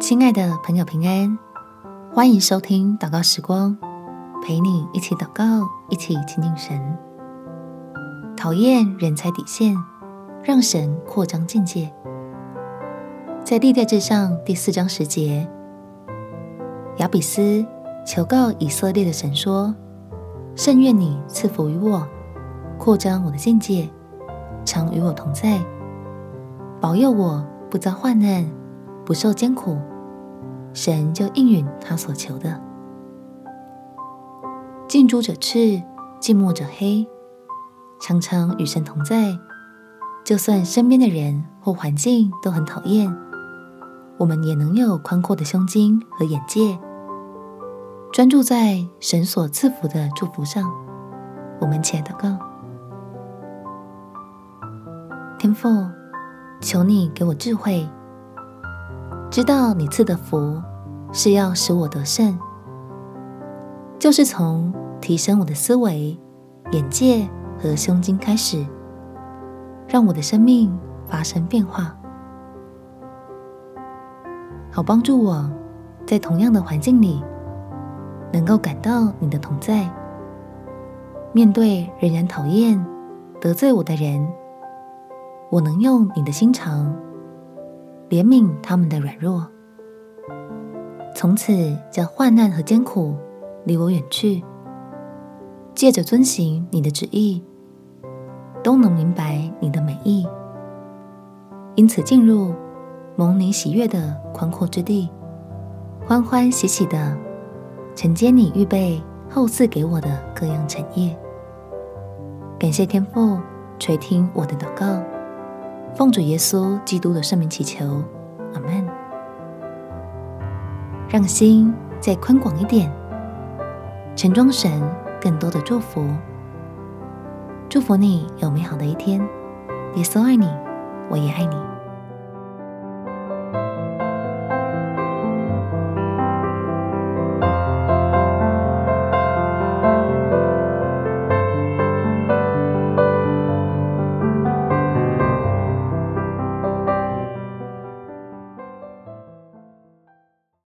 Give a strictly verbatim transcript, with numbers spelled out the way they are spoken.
亲爱的朋友平安，欢迎收听祷告时光，陪你一起祷告，一起亲近神。讨厌人踩底线，让神扩张境界。在历代志上第四章十节，亚比斯求告以色列的神说：甚愿你赐福于我，扩张我的境界，常与我同在，保佑我不遭患难，不受艰苦。神就应允他所求的。近朱者赤，近墨者黑，常常与神同在，就算身边的人或环境都很讨厌，我们也能有宽阔的胸襟和眼界，专注在神所赐福的祝福上。我们起来祷告。天父，求你给我智慧，知道你赐的福是要使我得胜，就是从提升我的思维、眼界和胸襟开始，让我的生命发生变化，好帮助我在同样的环境里能够感到你的同在。面对仍然讨厌、得罪我的人，我能用你的心肠怜悯他们的软弱，从此叫患难和艰苦离我远去，借着遵行你的旨意，都能明白你的美意，因此进入蒙你喜悦的宽阔之地，欢欢喜喜的承接你预备后赐给我的各样产业。感谢天父垂听我的祷告，奉主耶稣基督的圣名祈求，阿们。让心再宽广一点，盛装神更多的祝福。祝福你有美好的一天。耶稣爱你，我也爱你。